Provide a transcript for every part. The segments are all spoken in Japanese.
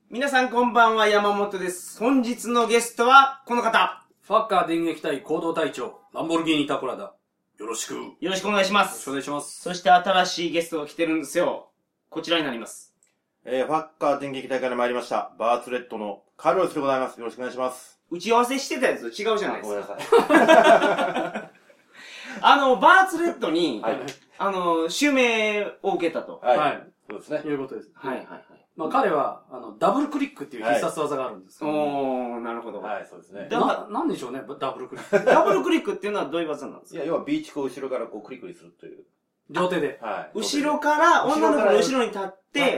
皆さんこんばんは、山本です。本日のゲストはこの方。 ファッカー電撃隊行動隊長、ランボルギーニタコラだ。よろしく。よよろしくお願いします。 ろしくお願いします。 そして新しいゲストが来てるんですよ。こちらになります。 ファッカー電撃隊から参りました。バーツレットのカルロスでございます。よろしくお願いします。 打ち合わせしてたやつと違うじゃないですか。 ごめんなさい。 バーツレットに、 はい。 襲名を受けたと。 はい。 はい。 そうですね。 いうことです。 はいはいはい。 まあ彼は、ダブルクリックっていう必殺技があるんですけど、 おー、なるほど。 はい、そうですね。 なんでしょうね、ダブルクリック。 ダブルクリックっていうのはどういう技なんですか？ いや、要はビーチコを後ろからこうクリクリするという。 両手で。 はい。 後ろから、女の子の後ろに立って、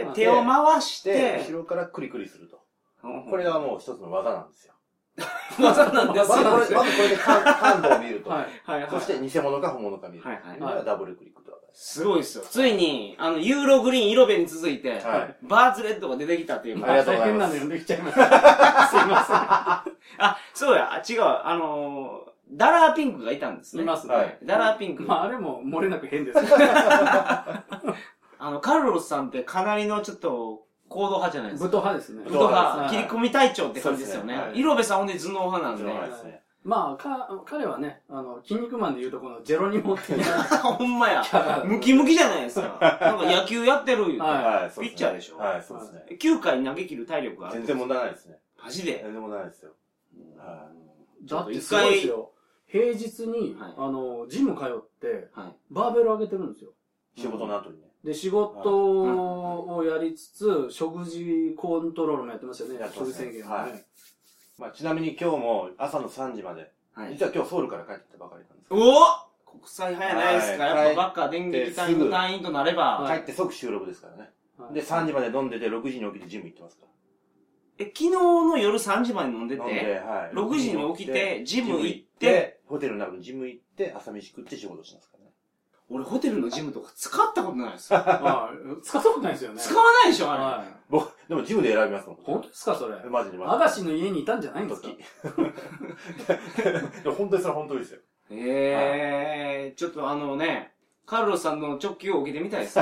手を回して、 後ろからクリクリすると。これがもう一つの技なんですよ。 技なんですよ。 まずこれで感度を見ると。 はい。 はいはい。 そして偽物か本物か見る。 はいはい。 これがダブルクリックと。 すごいですよ。ついに、ユーログリーン、イロベに続いて、 はい。 バーツレッドが出てきたっていう。 ありがとうござい大変ますなの呼んできちゃいました。すいまそうや、違う、ダラーピンクがいたんですね。 いますね。 はいダラーピンク。 せん。まああれも漏れなく変です。 カルロスさんってかなりのちょっと、行動派じゃないです武か。 闘派ですね。 武闘派、 はい切り込み隊長って感じですよね。 そうですねはいイロベさんほんで頭脳派なんで。 頭脳派ですね。 まあ、彼はね、筋肉マンでいうとこのジェロニモ的なほんまや。 キャラ。 ムキムキじゃないですか。なんか野球やってる言うて。 はいはい、そうですね。 ピッチャーでしょはい、そうですね。 9回投げ切る体力がある。 全然問題ないですね。 マジで。 全然問題ないですよ。はだってすごいですよ。平日に、 はいジム通って、 はい。 バーベル上げてるんですよ。 い。仕事の後にね。 で、仕事をやりつつ、食事コントロールもやってますよね。 やってますね食事制限もはいね。 まあ、ちなみに今日も朝の3時まで、 はい。 実は今日ソウルから帰ってきたばかりなんですけど、 お国際派やないですか。 はいやっぱバッカー電撃隊の隊員となれば。 はい帰って即収録ですからね。 はいで、3時まで飲んでて、6時に起きてジム行ってますか昨日の夜3時まで飲んでら。 て、 飲んで、はい。 6時に起きて、ジム行って、 ホテルの中にジム行って、朝飯食って仕事してますからね。 俺ホテルのジムとか使ったことないですよ。 あ使ったことないですよね。 使わないでしょ、あれ。 はい。 僕、でもジムで選びますもん。 本当ですか、それ。 マジでアガシの家にいたんじゃないんですか。 時。でも本当にそれは本当ですよ。 ちょっとカルロスさんの直球を受けてみたいですね。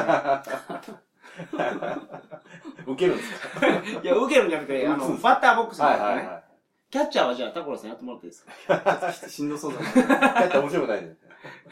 受けるんですか？ いや、受けるんじゃなくて、バッターボックスのはいね、 はいはキャッチャーはじゃあ、タコラさんやってもらっていいですか？ しんどそうだな。 い。だって面白くないね。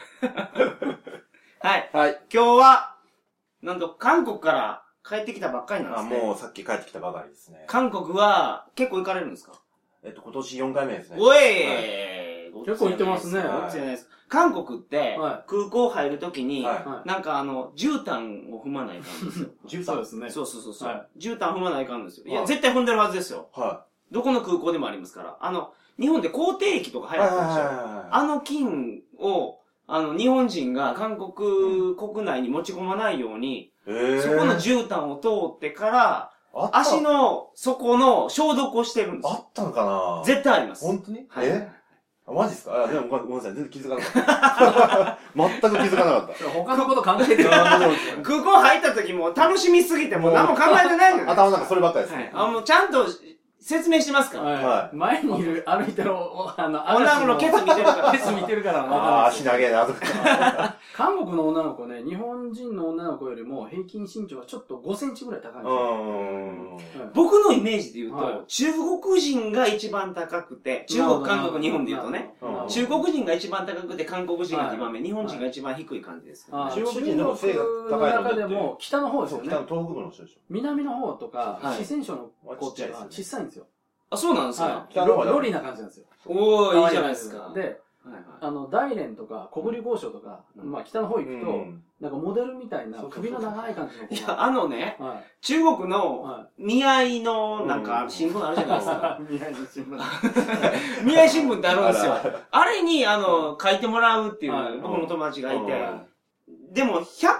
はい。 はい。 今日は、なんと韓国から帰ってきたばっかりなんであ、 すね。 もうさっき帰ってきたばかりですね。 韓国は結構行かれるんですか？ 今年4回目ですね。 おい、 結構行ってますねごっつじゃないですか。韓国っては、 空港入るときに、 はなんか絨毯を踏まないかんですよ。 い。13 そうですね。 そうそうそうそう、 は絨毯踏まないかんですよ。いや、 はい絶対踏んでるはずですよ。 はどこの空港でもありますから。日本で口蹄疫とかい。 流行ってるでしょ。 は菌を、日本人が韓国国内に持ち込まないように、 い。 そこの絨毯を通ってから、 あった足の底の消毒をしてるんですよ。 あったのかな絶対あります。 本当にはい。 あ、マジですか？でもごめんなさい。全然気づかなかった。全く気づかなかっ他のこと考えてる。 た。 空港入った時も楽しみすぎてもう何も考えてないのよ。 頭の中そればっかりですはいね。。 もうちゃんと説明してますから。 は前にいる、歩いてる、 女の子のケツ見てるから。 ケツ見てるからああ、足長えな、とか。 韓国の女の子ね、日本人の女の子よりも平均身長がちょっと5センチぐらい高いんですよ。はい僕のイメージで言うと、 はい中国人が一番高くて、中国、韓国、日本で言うとね、 うん中国人が一番高くて、韓国人が2番目、日本人が一番低い感じです。 あー中国人でも背が高いの中国の中でも北の方ですそう、 よね北。の東北部の人でしょ。 南の方とか、 はい四川省の子っていうのはちっ小さいんですよ。 あ、そうなんですか、 はい。 北の方はロリーな感じなんですよ。 おー、いいじゃないですか。 で、 はいはい大連とか、小栗交渉とか、 うんまあ北の方行くと、 うんなんかモデルみたいなそうそうそう首の長い感じの子いや、 が。はい。 中国のは見合いのなんか新聞あるじゃないですか。 い。未来の新聞。 見合い新聞ってあるんですよあるある。 あれに、書いてもらうっていはいう僕の友達がいてうん、 でも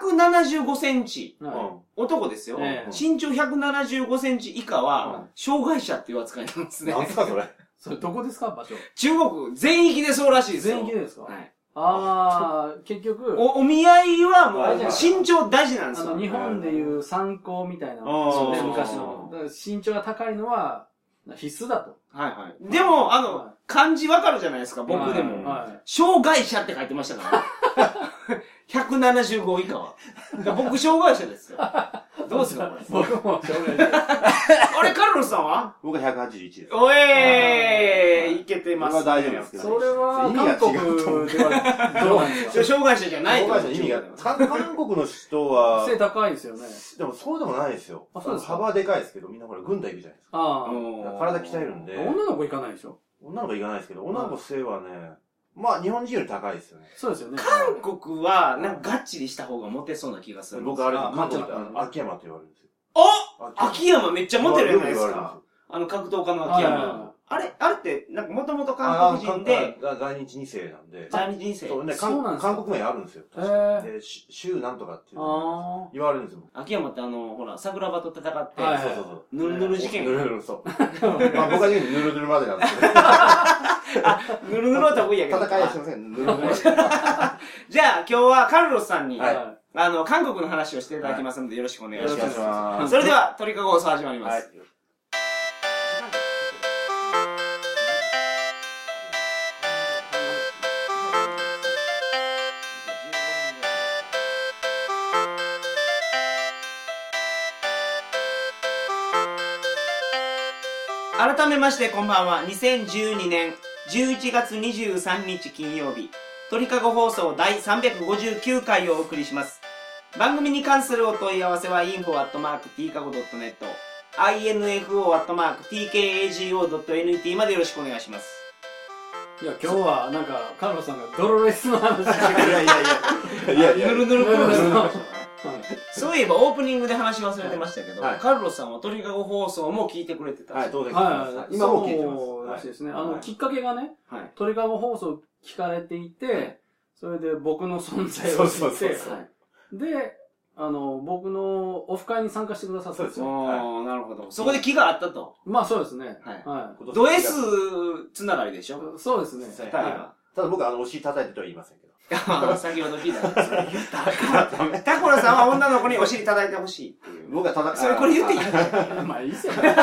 175センチ、 は男ですよ。 ええ身長175センチ以下うはん、 障害者っていう扱いなんですね。 なんすか、それ。 い。それどこですか場所。 中国全域でそうらしいですよ。 全域でですかはい。 ああ、結局、 お見合いはもうはい身長大事なんですよ。 日本でいう参考みたいな、 そうねそう昔の。だから身長が高いのは必須だと。 はいはい。でも、漢字わかるじゃないですか、僕でも。 はい。 障害者って書いてましたからね。175以下は。だから僕障害者ですよ。どうですかこれ。 僕も障害者。 あれ、カルロス僕は181です。 おえーいけてますね。 僕は大丈夫ですけど。 それは、韓国ではどうなんですか？ 障害者じゃないと。 障害者の意味が、韓国の人は、 背高いですよね。 でもそうでもないですよ。 そうですか？ 幅はでかいですけど、みんなほら軍隊行くじゃないですか。 ああ。 体鍛えるんで。 女の子行かないでしょ？ 女の子行かないですけど、女の子背はね、まあ日本人より高いですよね。 そうですよね。 韓国は、なんかがっちりした方がモテそうな気がする。 僕あれ、韓国で秋山って言われるんですよ。 秋山めっちゃモテるじゃないですよく言われるんか。格闘家の秋山。あれって、なんかもともと韓国人で、 在日2世なんで。 在日2世。 そうね、 そうなんですか？ 韓国名あるんですよ。で、州なんとかっていう言われるんですよ。 秋山ってほら、桜庭と戦って、 そうそうそう。 ぬるぬる事件。 ぬるぬる、そう。まあ僕は言うにぬるぬるまでなんですけど。 ぬるぬるは得意やけど。 戦いはしません。ぬるぬるまで。 じゃあ今日はカルロスさんに、 はい韓国の話をしていただきますのでよろしくお願いします。 ます。 それでは、鳥かご放送始まります。 はい。 改めましてこんばんは。2012年11月23日金曜日、鳥かご放送第359回をお送りします。番組に関するお問い合わせは info@tkago.net info@tkago.net までよろしくお願いします。 いや、今日はなんか、カルロさんがドロレスの話していやいやいや。いやぬるぬるプロレスの話。 はいそういえばオープニングで話忘れてましたけど、 はいカルロスさんは鳥かご放送も聞いてくれてたし、 はい、当然聞いてます。今も聞いてます。 そうらしいですね。 はいきっかけがね、 はい鳥かご放送聞かれていて、それで僕の存在を知って、で、僕のオフ会に参加してくださったんですよ。 なるほど。そこで気があったと。 まあそうですね。 はい。ド S つながりでしょ？ そうですね。 はい。 ただ僕はお尻叩いてとは言いませんけど。 先ほど聞いたんですよ。タコラさんは女の子にお尻叩いてほしいっていう。 僕は叩く。 それこれ言っていい？ まあいいっすよね。タ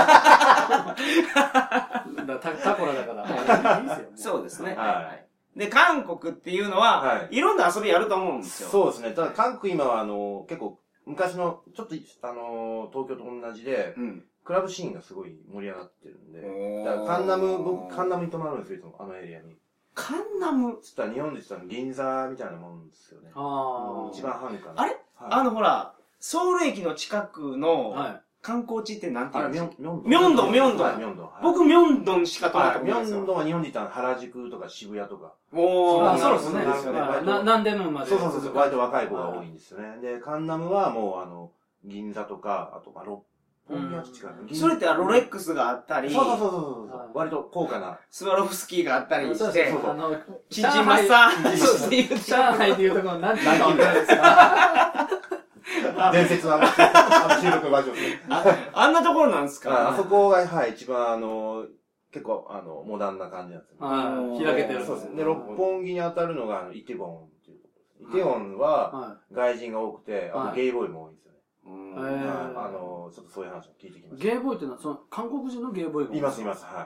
コラだから。いいっすよ。 そうですね。 はい。 で、韓国っていうのは、いろんな遊びあると思うんですよ。 そうですね。ただ韓国今は結構昔の、ちょっと東京と同じで、クラブシーンがすごい盛り上がってるんで、だから僕カンナムに泊まるんですよ、いつもあのエリアに。 カンナムつったら日本で言ったら銀座みたいなもんですよね。一番繁華な。 あれほら、ソウル駅の近くの観光地ってなんて言うんですか？ミョンドン。僕ミョンドンしか泊まったことないですよ。 ミョンドンは日本で言ったら原宿とか渋谷とか。 そうですね。何でもまで。 そう。割と若い子が多いんですよね。で、カンナムはもう銀座とか、あと六本木は近い。 それってロレックスがあったり、 そう。割と高価な。 スワロフスキーがあったりして、チンチンマッササー。 上海っていうところ何て言うか分からないですか？ 伝説の収録場所ですね。 あんなところなんですか？ あそこが、一番結構モダンな感じなんですよね。開けてる。 そうですね。で、六本木に当たるのがイテウォンっていうところです。イテウォンは外人が多くて、あとゲイボーイも多いんですよね。ちょっとそういう話を聞いてきました。 ゲイボーイってのは、韓国人のゲイボーイがいます、はい。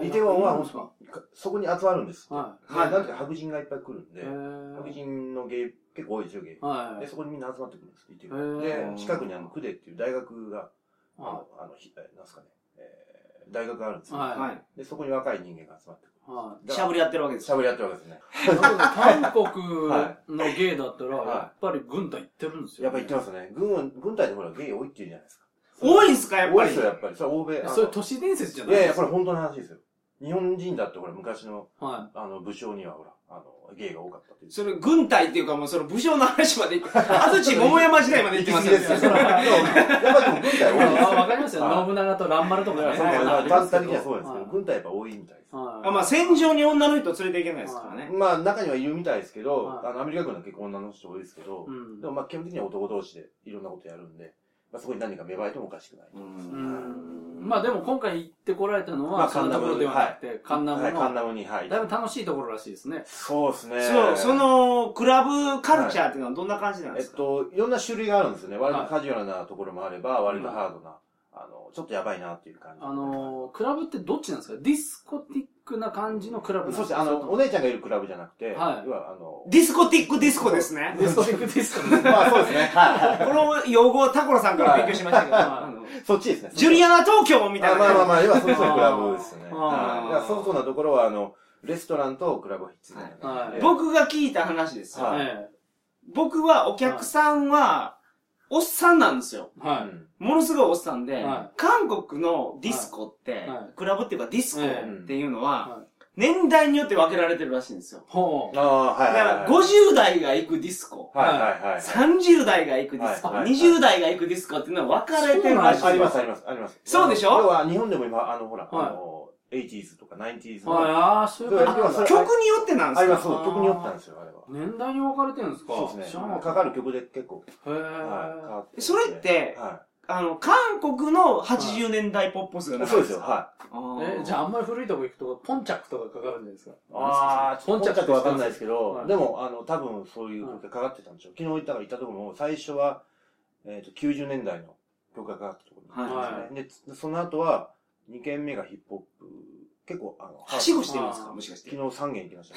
イテウォンは、そこに集まるんです。なんて白人がいっぱい来るんで、白人のゲイ、結構多いですよ、ゲイ。で、そこにみんな集まってくるんです、イテウォン。で、近くにクデっていう大学が、なんすかね、大学があるんですよ。で、そこに若い人間が集まってくる。 しゃぶりやってるわけです。 しゃぶりやってるわけですね。 韓国のゲイだったら、やっぱり軍隊行ってるんですよ。 やっぱ行ってますね。軍隊でほらゲイ多いって言うじゃないですか。 多いんすか、やっぱり。 多いですよ、やっぱり。それは欧米。 それ都市伝説じゃないですか。いや、これ本当の話ですよ。日本人だってほら、昔の、武将にはほら、ゲイが多かったっていう。 それ、軍隊っていうかもう、その武将の話まで行って、安土桃山時代まで行ってますよね。 やっぱりでも軍隊多いですよ。 わかりますよ。信長と蘭丸とかね。 単体的にはそうですけど、軍隊やっぱ多いみたいです。 まあ、戦場に女の人連れていけないですからね。 まあ、中にはいるみたいですけど、アメリカ軍は結構女の人多いですけど、でもまあ、基本的には男同士でいろんなことやるんで、まあ、そこに何か芽生えてもおかしくない。 まあでも今回行ってこられたのは、そんなところではなくて、カンナムの。 カンナムに、 だいぶ楽しいところらしいですね。 そうですね。 そう、その、クラブカルチャーっていうのはどんな感じなんですか？ いろんな種類があるんですよね。割とカジュアルなところもあれば、割とハードな、 ちょっとやばいなっていう感じ。 クラブってどっちなんですか？ディスコティックな感じのクラブなんですか？ そうです。お姉ちゃんがいるクラブじゃなくて、 はい。 要はディスコティックディスコですね。 ディスコティックディスコですね。 まあそうですね。はい。 この用語をタコラさんから勉強しましたけど、 そっちですね。 ジュリアナ東京みたいな。 まあ、要はそっちのクラブですね。だから外なところは、レストランとクラブが必須な僕が聞いた話ですよ。僕はお客さんは、おっさんなんですよ。はい。ものすごいおっさんで、韓国のディスコって、クラブっていうかディスコっていうのは、年代によって分けられてるらしいんですよ。だから50代が行くディスコ、30代が行くディスコ、20代が行くディスコっていうのは分かれてるらしい。 あります。 そうでしょ？ 要は日本でも今、ほら、80s とか 90s の。 ああ、そういう感じ。 曲によってなんですか？ あります、そう。曲によってなんですよ、あれは。 年代に分かれてるんですか？ そうですね。かかる曲で結構。 それって、韓国の80年代ポップスが流れてる。 そうですよ、はい。 じゃああんまり古いとこ行くと、ポンチャックとかかかるんじゃないですか？ ポンチャックとわかんないですけど、でも、多分そういう曲がかかってたんでしょう。昨日行ったところも、最初は、90年代の曲がかかったところなんですね。で、その後は、2軒目がヒップホップ。結構、 はしごしてるんですか？もしかして。 昨日3軒行きました。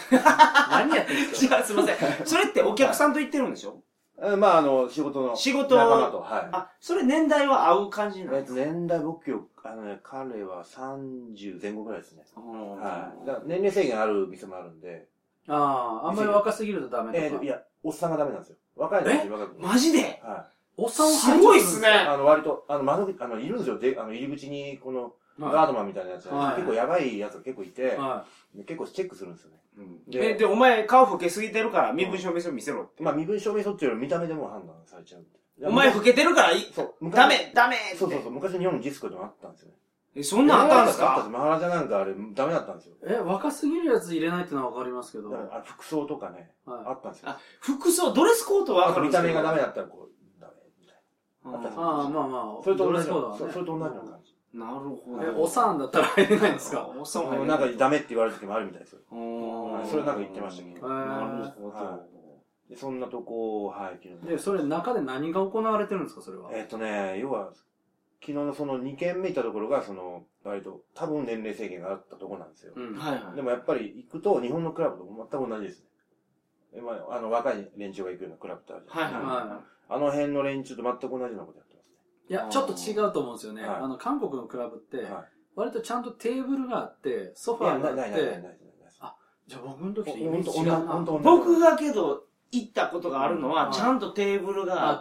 何やってるんですか？ 違う、すいません。それってお客さんと行ってるんでしょ？ まあ、仕事の。仲間と、はい。 あ、それ年代は合う感じなんですか？ 年代、僕今日、彼は30前後ぐらいですね。はい。年齢制限ある店もあるんで。 あんまり若すぎるとダメとか。 いや、おっさんがダメなんですよ。若いのに若く。 マジで？ はい。 おっさんすごいっすね。 割と、いるんですよ。入り口に、この、ガードマンみたいなやつが、結構やばいやつが結構いて、結構チェックするんですよね。 で、お前顔老けすぎてるから身分証明書見せろって。 まあ身分証明書っていうより見た目でも判断されちゃう。 お前老けてるからダメそう。昔日本のディスコでもあったんですよね。 そんなんあったんですか？ マハラジャなんかあれダメだったんですよ。 若すぎるやつ入れないってのはわかりますけど。 服装とかね、あったんですよ。 服装、ドレスコードはわかるんですよ。 見た目がダメだったらこう、ダメみたいな。あったんですよ。 まあ。 それと同じような感じ。 なるほど。 おさんだったら入れないんですか？ おさんなんかダメって言われる時もあるみたいですよ。それなんか言ってましたけど。 なるほど。 で、そんなとこ、はい、 で、それ中で何が行われてるんですか、それは？ 要は、昨日のその2軒目行ったところが、割と、多分年齢制限があったところなんですよ。でもやっぱり行くと、日本のクラブと全く同じですね。若い連中が行くようなクラブってあるじゃないですか。あの辺の連中と全く同じようなことやってますね。 いや、ちょっと違うと思うんですよね。韓国のクラブって、割とちゃんとテーブルがあって、ソファーがあって、じゃあ僕の時とイメージ違うな。 僕がけど、行ったことがあるのは、ちゃんとテーブルがあって、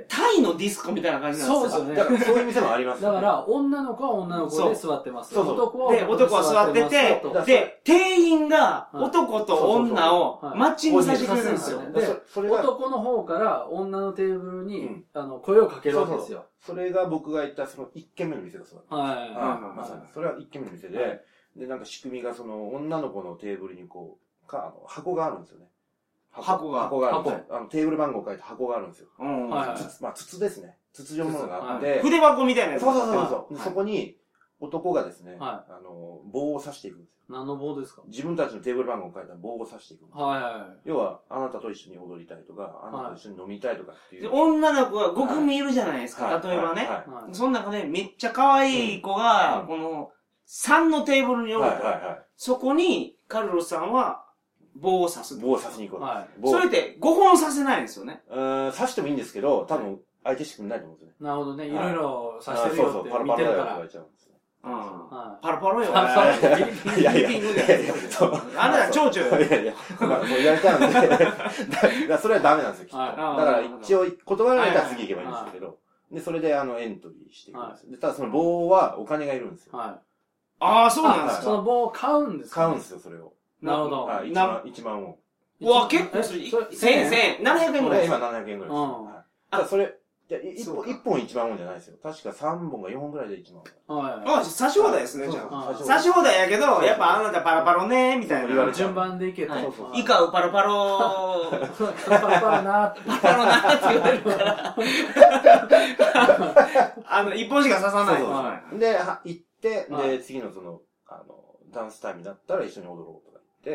タイのディスコみたいな感じなんですよ。 そうですよね。 だからそういう店もあります。 だから、女の子は女の子で座ってます。 男は座ってて、で、店員が男と女をマッチングさせてくれるんですよ。 で、男の方から女のテーブルに、声をかけるわけですよ。 それが僕が行ったその1軒目の店がそうだった。 はい。 まさに。それは1軒目の店で、なんか仕組みがその女の子のテーブルにこう、箱があるんですよね。箱があるんですよ。テーブル番号書いて箱があるんですよ。まあ、筒ですね。筒状のものがあって。 筆箱みたいなやつ。 そう。そこに、男がですね、棒を刺していくんですよ。 何の棒ですか？ 自分たちのテーブル番号を書いた棒を刺していくんですよ。要は、あなたと一緒に踊りたいとか、あなたと一緒に飲みたいとかっていう。 女の子が5組いるじゃないですか。例えばね。その中でめっちゃ可愛い子が、この3のテーブルにおると。そこに、カルロスさんは、棒を刺す。 棒を刺しに行こう。それって5本刺せないんですよね。 刺してもいいんですけど、多分、相手してくれないと思うんですよね。 なるほどね。いろいろ刺してるよって見てるから。 パラパラよ。 いや、 あなた蝶々よ。 いや、もう言われちゃうんで。それはダメなんですよ、きっと。だから一応、断られたら次行けばいいんですけど。で、それでエントリーしていくんです。で、ただその棒はお金がいるんですよ。 ああ、そうなんですか。 その棒を買うんですか？ 買うんですよ、それを。 なるほど。 1万ウォン。 うわ、結構する。1000円。700円ぐらい。 今700円ぐらいです。あ、それ、1本1万ウォンじゃないですよ。確か3本が4本ぐらいで1万ウォン。 あ、差し放題ですね、じゃあ。差し放題やけど、やっぱあなたパラパロね、みたいな。 順番でいけと。 以下をパラパロ。 パラパラなって。 パラパロなって言われるから。1本しか刺さない。 で、行って、で、次のその、ダンスタイムだったら一緒に踊ろうとか言って、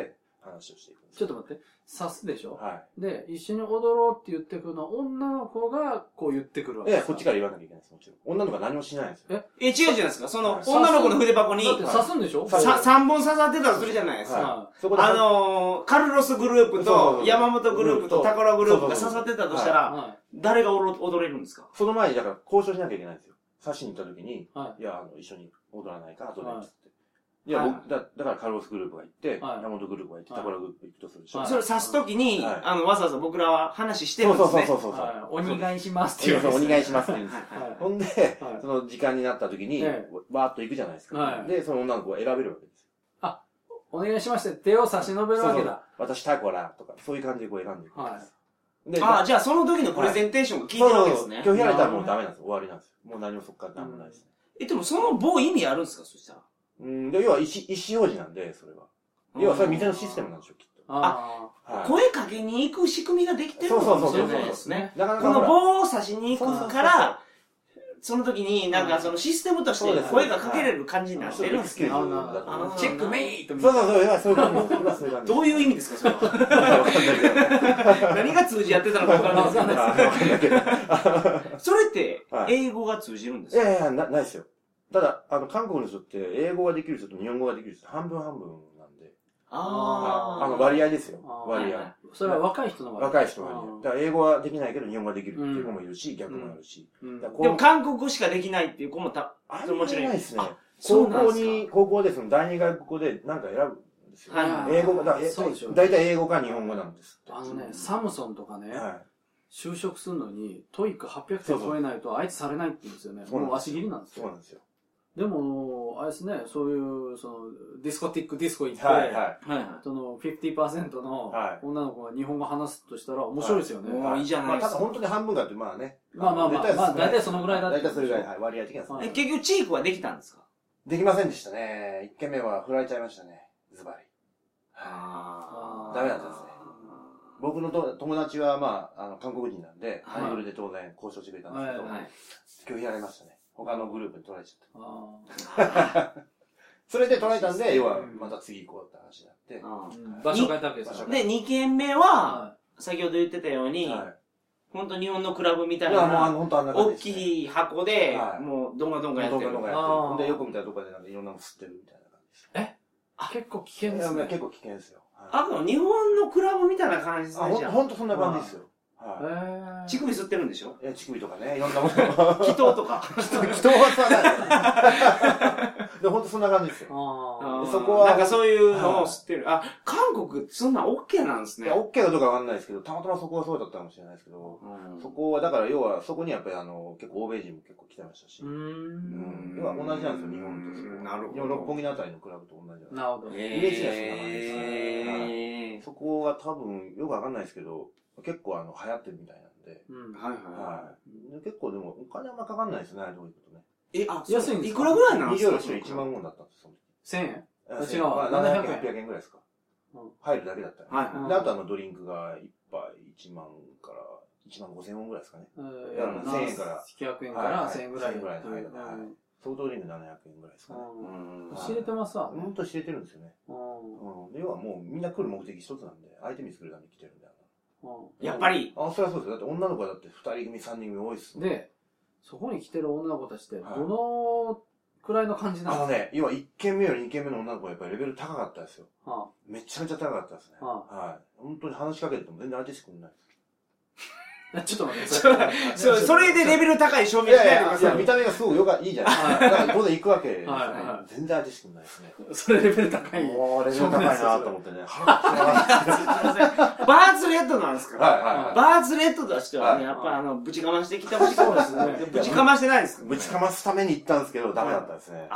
話をしていくんです。 ちょっと待って。刺すでしょ？ はい。 で、一緒に踊ろうって言ってくるのは、女の子がこう言ってくるわけですか？ こっちから言わなきゃいけないです、もちろん。女の子は何もしないんですよ。 違うじゃないですか。その、女の子の筆箱に、 だって刺すんでしょ ？3本刺さってたらするじゃないですか。カルロスグループと、山本グループと、タコラグループが刺さってたとしたら、誰が踊れるんですか？ その前に、だから交渉しなきゃいけないんですよ。刺しに行った時に、いや、一緒に踊らないか、後で、つって。いや、だからカルロスグループが行って、山本グループが行って、タコラグループ行くとするでしょ。 それ刺すときに、わざわざ僕らは話してるんですね。 そう。 お願いしますって言う。 お願いしますって言うんです。ほんで、その時間になった時に、バーっと行くじゃないですか。で、その女の子が選べるわけです。 お願いしまして手を差し伸べるわけだ。 私タコラとか、そういう感じでこう選んでいくんです。 じゃあその時のプレゼンテーションが聞いてるわけですね。 拒否られたらもうダメなんですよ。終わりなんですよ。もう何もそっから何もないですね。 でもその棒意味あるんですか、そしたら。 要は意思表示なんで、それは。要はそれは店のシステムなんでしょ、きっと。 声かけに行く仕組みができてるかもしれないですね。ここの棒を差しに行くから、その時になんかそのシステムとして声がかけれる感じになってるんですけど。チェックメイトみたいな。 そういう感じ。 どういう意味ですか、それは。何が通じ合ってたのかわかんないですけど。それって英語が通じるんですか？ いや、ないですよ。ただ、韓国の人って、英語ができる人と日本語ができる人、半分半分なんで。割合ですよ。割合。 それは若い人の割合。 若い人の割合。だから英語はできないけど日本語ができるっていう子もいるし、逆もあるし。 でも韓国語しかできないっていう子ももちろんいないですね。高校でその第二外国語で何か選ぶんですよ。英語が、だいたい英語か日本語なんです。 サムソンとかね。就職するのに、トイック800点超えないと、あいつされないって言うんですよね。もう足切りなんですよ。 そうなんですよ。 でも、あれですね、そういう、ディスコティックディスコ行って、50% の女の子が日本語話すとしたら面白いですよね。 いいじゃないですか。 ただ本当に半分だって、まあね。 まあ、大体そのぐらいだって。 大体それぐらい、割合的な。 結局、チークはできたんですか？ できませんでしたね。1軒目は振られちゃいましたね。ズバリ。ダメだったですね。僕の友達は、まあ、韓国人なんで、ハングルで当然交渉してくれたんですけど、拒否られましたね。他のグループに取られちゃった。それで取られたんで、要は、また次行こうって話になって。 場所変えたわけですよ。 で、2軒目は、先ほど言ってたように、本当日本のクラブみたいな、大きい箱で、もう、どんがどんがやってる。 ほんで、よく見たらどっかでいろんなの吸ってるみたいな感じです。 結構危険ですね。 結構危険ですよ。 日本のクラブみたいな感じですね。 ほんとそんな感じですよ。 乳首吸ってるんでしょ？ 乳首とかね、いろんなもの。 祈祷とか。 祈祷は吸わない。で、ほんとそんな感じですよ。 そこは。なんかそういうのを吸ってる。韓国、そんな OK なんですね。 OK かどうかわかんないですけど、たまたまそこはそうだったかもしれないですけど、そこは、だから要は、そこにやっぱり結構欧米人も結構来てましたし。要は同じなんですよ、日本と。 なるほど。 六本木のあたりのクラブと同じなんです。 なるほど。 イメージがそんな感じです。そこは多分、よくわかんないですけど、結構流行ってるみたいなんで。結構でも、お金あんまかかんないですね、どういうことね。 安いんですか？ いくらぐらいなんですか？ 1万ウォンだったんです、 1000円？ 違う。700円、800円ぐらいですか。入るだけだったら。で、あとドリンクが1杯1万から1万5000ウォンぐらいですかね。だから1000円から。 900円から1000円ぐらい。 ソフトドリンク700円ぐらいですかね。 知れてますわ。 ほんと知れてるんですよね。要はもうみんな来る目的一つなんで、相手見つけるために来てるんだよな。やっぱり。 そりゃそうですよ。だって女の子はだって2人組、3人組多いっす。 で、そこに来てる女の子たちって、どのくらいの感じなんですか？ 要は1軒目より2軒目の女の子はやっぱりレベル高かったですよ。めちゃめちゃ高かったですね。本当に話しかけても全然相手してくんないです。 ちょっと待って。 それでレベル高い証明しないでください。 見た目がすごくいいじゃないですか。だから当然行くわけですね。全然相手してくんないですね。 それレベル高い。 レベル高いなと思ってね。 バーツレッドなんですか？バーツレッドとしてはね、やっぱぶちかましてきたほしいですね。ぶちかましてないですか？ ぶちかますために行ったんですけど、ダメだったですね。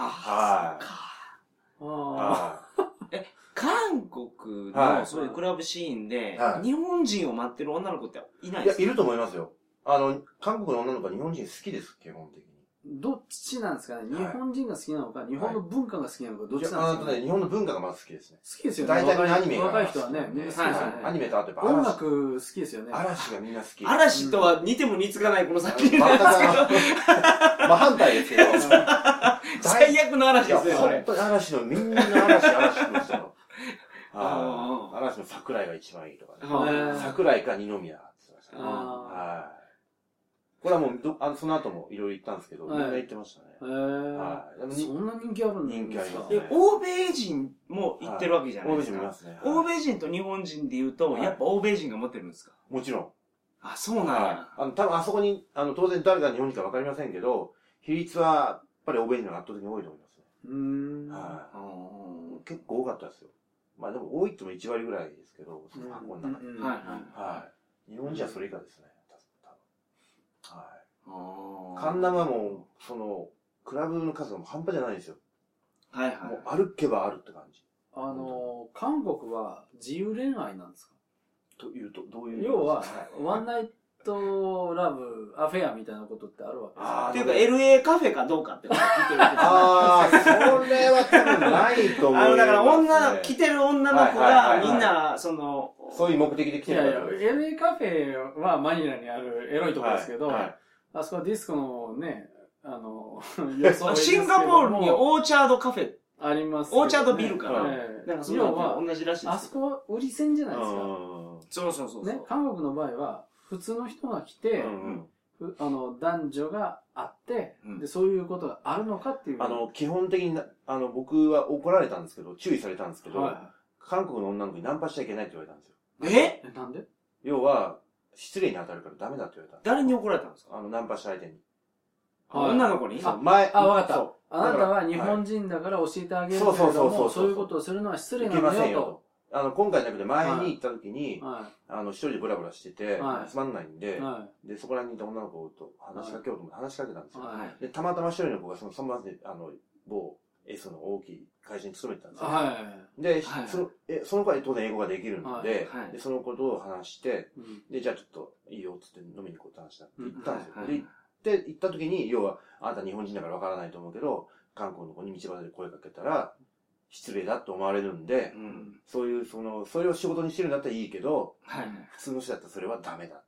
韓国のそういうクラブシーンで、日本人を待ってる女の子っていないですか？ いや、いると思いますよ。韓国の女の子は日本人好きです、基本的に。 どっちなんですかね？日本人が好きなのか、日本の文化が好きなのか、どっちなんですかね？ 日本の文化がまず好きですね。 好きですよね。 大体アニメが。 若い人はね、みんな好きですよね。 アニメとあとやっぱ音楽好きですよね。 嵐がみんな好き。 嵐とは似ても似つかないこの作品なんですけど。 まあ反対ですけど。 最悪の嵐ですね、 本当に嵐の、みんな嵐って言ってましたよ。嵐桜井が一番いいとかね。桜井か二宮って言ってましたね。はい。これはもう、その後もいろいろ行ったんですけど、みんな行ってましたね。 はい。そんな人気あるんですか？ 人気ありますね。 欧米人も行ってるわけじゃないですか。 欧米人もいますね。 欧米人と日本人で言うと、やっぱ欧米人が持ってるんですか？ もちろん。 あ、そうなんや。 多分あそこに、当然誰が日本人かわかりませんけど、比率は、やっぱり欧米人が圧倒的に多いと思いますね。はい。結構多かったですよ。まあでも多いっても1割ぐらいですけど、その箱の中で。はい。日本人はそれ以下ですね。はい。カンナムはもう、クラブの数が半端じゃないんですよ。はいはい。もう歩けばあるって感じ。 韓国は自由恋愛なんですか？ というと、どういう？ 要は、ワンナイトラブ、アフェアみたいなことってあるわけですか？ っていうか、LA カフェかどうかって聞いてる。 ああ、それは多分ないと思う。 だから来てる女の子が、みんな、 そういう目的で来てる。 いやいや、LA カフェはマニラにあるエロいところですけど、あそこはディスコのね、 シンガポールにオーチャードカフェあります。 オーチャードビルかな。 なんかその同じらしいです。あそこは売り線じゃないですか。 そう。 ね、韓国の場合は、普通の人が来て、男女があって、で、そういうことがあるのかっていう。 基本的に、僕は怒られたんですけど、注意されたんですけど、韓国の女の子にナンパしちゃいけないって言われたんですよ。 なんで？ 要は、失礼に当たるからダメだって言われた。 誰に怒られたんですか？ ナンパした相手に。 女の子に？ わかった。あなたは日本人だから教えてあげるけれども、そういうことをするのは失礼なんだよと。 今回じゃなくて前に行った時に、一人でブラブラしてて、つまんないんで、で、そこら辺にいた女の子と話しかけようと思って話しかけたんですよ。で、たまたま一人の子がその場で、某 S の大きい会社に勤めてたんですよ。で、その子は当然英語ができるので、その子と話して、で、じゃあちょっといいよっつって飲みに行こうって話だって言ったんですよ。で、行った時に、要は、あなた日本人だからわからないと思うけど、韓国の子に道端で声かけたら、失礼だと思われるんで、そういう、それを仕事にしてるんだったらいいけど、普通の人だったらそれはダメだって。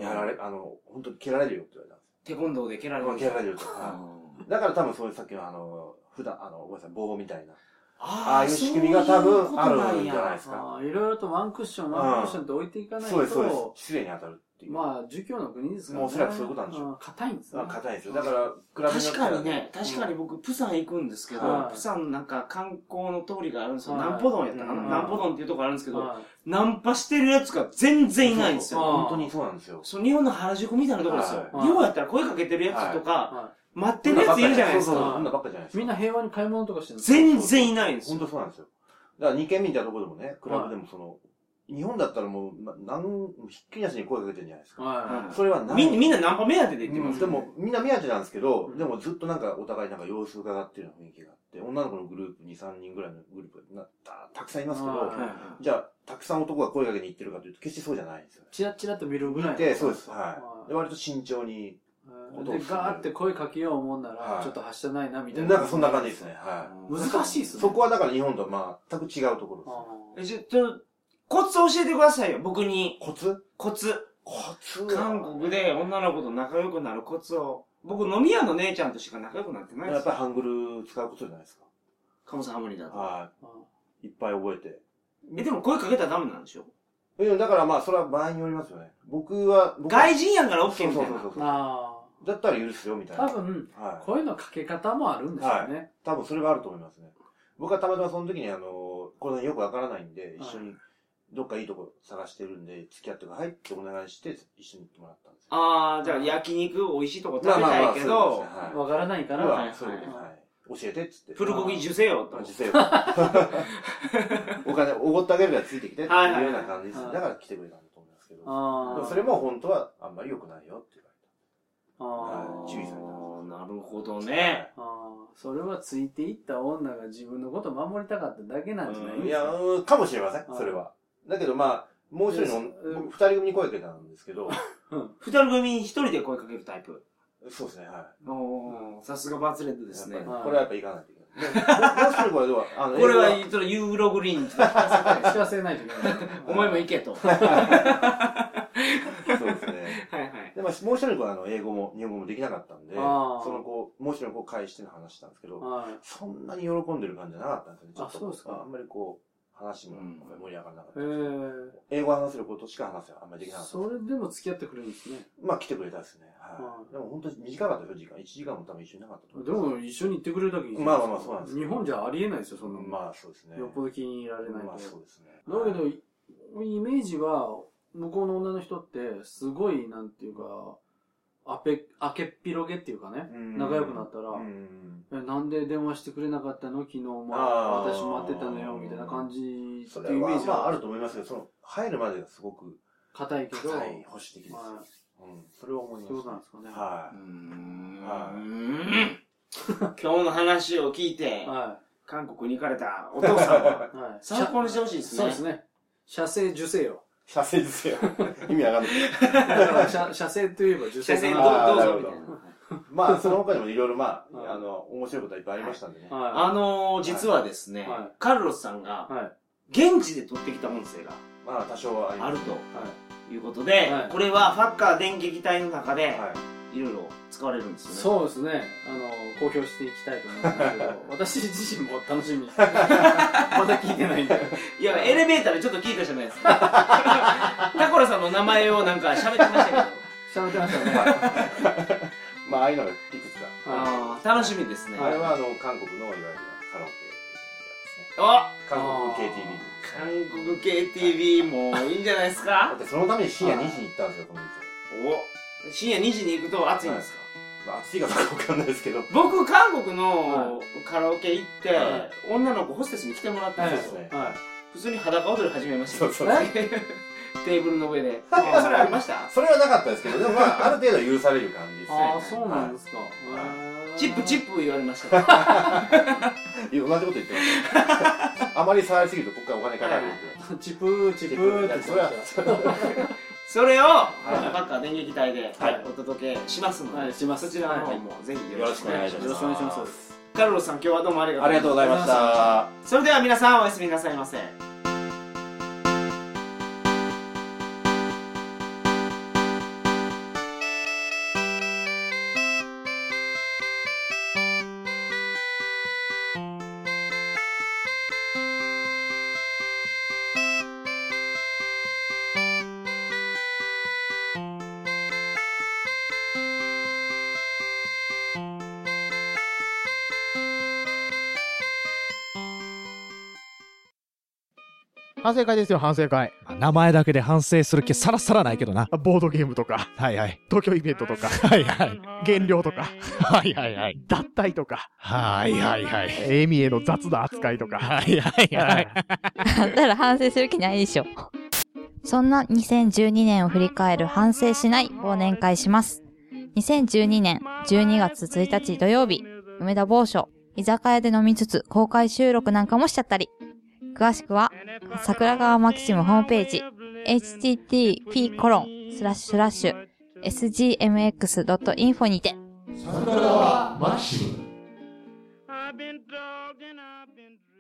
やられ、本当に蹴られるよって言われたんですよ。 テコンドーで蹴られる。 蹴られると。だから多分そういうさっきの普段、ごめんなさい、棒みたいな。ああいう仕組みが多分あるんじゃないですか。 いろいろとワンクッションって置いていかないと。 そうです。失礼に当たる。 まあ、儒教の国ですからね。 おそらくそういうことなんでしょう。 硬いんですね。 硬いですよ。だから、 確かに僕、プサン行くんですけど、プサンなんか観光の通りがあるんですよ。ナンポドンやったかな？ナンポドンっていうとこあるんですけど、ナンパしてるやつが全然いないんですよ。 本当にそうなんですよ。 日本の原宿みたいなところですよ。日本やったら声かけてるやつとか、待ってるやついるじゃないですか。 そんなばっかじゃないですか。 みんな平和に買い物とかしてるんですか？全然いないんですよ。 本当そうなんですよ。だから2軒目みたいなところでもね、クラブでも日本だったらもう、ひっきりなしに声かけてるんじゃないですか。それはみんなナンパ目当てで言ってます。 でも、みんな目当てなんですけど、でもずっとなんかお互いなんか様子伺ってるような雰囲気があって、女の子のグループ2、3人ぐらいのグループがたくさんいますけど、じゃあ、たくさん男が声かけに行ってるかというと、決してそうじゃないんですよ。 チラッチラッと見るぐらい。 見て、そうです。はい。で、割と慎重に。 で、ガーって声かけよう思うなら、ちょっと発してないな、みたいな。 なんかそんな感じですね。はい。 難しいっすね。 そこはだから日本と全く違うところです。 コツ教えてくださいよ、僕に。 コツ韓国で女の子と仲良くなるコツを。僕、飲み屋の姉ちゃんとしか仲良くなってないです。 やっぱりハングル使うことじゃないですか。 カモさんハモリだと。 はい。いっぱい覚えて。 でも声かけたらダメなんでしょ？ だからそれは場合によりますよね。僕は外人やから OK みたいな。 そう。だったら許すよ、みたいな。 多分、声のかけ方もあるんですよね。 多分それがあると思いますね。僕はたまたまその時にこの辺よくわからないんで、一緒にどっかいいとこ探してるんで、付き合ってくださいってお願いして、一緒に行ってもらったんですよ。 じゃあ焼肉美味しいとこ食べたいけど、 わからないから、 そういうことです。教えてっつって。 プルコギ受精よと。 受精よ。お金、おごってあげるからついてきてっていうような感じです。だから来てくれたんだと思いますけど。それも本当はあんまり良くないよって言われた。注意された。 なるほどね。 それはついていった女が自分のことを守りたかっただけなんじゃないですか。 いや、かもしれません、それは。だけどもう一人の、二人組に声かけたんですけど。 二人組に一人で声かけるタイプ。 そうですね、はい。 さすがバツレッドですね。 これはやっぱ行かないといけない。もう一人これは、 これは、ユーログリーンに聞かせないといけない。 お前も行けと。 そうですね。はいはい。で、もう一人の子は英語も日本語もできなかったんで、その子、もう一人の子返して話したんですけど、そんなに喜んでる感じじゃなかったんですよね。 そうですか。 あんまり話も盛り上がらなかったです。英語を話せることしか話せあんまりできなかった。 それでも付き合ってくれるんですね。 まあ来てくれたですね。はい。でも本当に短かったですよ、時間。1時間も多分一緒になかったと思う。でも一緒に行ってくれるだけいい。 まあそうなんです。 日本じゃありえないですよ、そんなの。 まあそうですね。 よっぽど気に入られないと。 まあそうですね。 だけど、イメージは、向こうの女の人って、すごい、なんていうか、明けっぴろげっていうかね、仲良くなったら、なんで電話してくれなかったの昨日も私待ってたのよ、みたいな感じっていうイメージはあると思いますけど、入るまでがすごく硬いけど、 保守的です。それを思います。 そういうことなんですかね。 はい。今日の話を聞いて、韓国に行かれたお父さんは、参考にしてほしいですね。 そうですね。射精受精よ。 射精ですよ。意味わかんない。 だから射精といえば受精。 射精どうぞみたいな。 まあ、その他にもいろいろ面白いことはいっぱいありましたんでね。 実はですね、カルロスさんが、現地で撮ってきた音声が、 まあ、多少あるということで、これはファッカー電撃隊の中で、いろいろ使われるんですよね。 そうですね。公表していきたいと思いますけど、私自身も楽しみにしてまだ聞いてないんで。 いや、エレベーターでちょっと聞いたじゃないですか。タコラさんの名前をなんか喋ってましたけど。 喋ってましたね。 まあ、ああいうのがいくつか。楽しみですね。 あれは韓国のいわゆるカラオケですね。韓国 KTV。 韓国 KTV もいいんじゃないですか。だってそのために深夜2時に行ったんですよ、この店。深夜2時に行くと暑いんですか？ 暑いかどうかわかんないですけど。 僕、韓国のカラオケ行って、女の子ホステスに来てもらったんですよ。普通に裸踊り始めました。テーブルの上で。それありました？ それはなかったですけど、でもまあ、ある程度許される感じですね。 ああ、そうなんですか。 チップ言われました。同じこと言ってます。あまり触りすぎるとここからお金かかるって。 チップって。 それを、バッカー電撃隊でお届けしますので、そちらの方もぜひよろしくお願いします。 よろしくお願いします。 カルロスさん、今日はどうもありがとうございました。 それでは皆さん、おやすみなさいませ。 反省会ですよ、反省会。 名前だけで反省する気さらさらないけどな。 ボードゲームとか。 はいはい。 東京イベントとか。 はいはい。 減量とか。 はいはいはい。 脱退とか。 はいはいはい。 エミへの雑な扱いとか。 はいはいはい。 あんたら反省する気ないでしょ。そんな2012年を振り返る反省しない忘年会します。2012年12月1日土曜日、梅田某所、居酒屋で飲みつつ公開収録なんかもしちゃったり。詳しくは、桜川マキシムホームページ、http://sgmx.info にて。 桜川マキシム。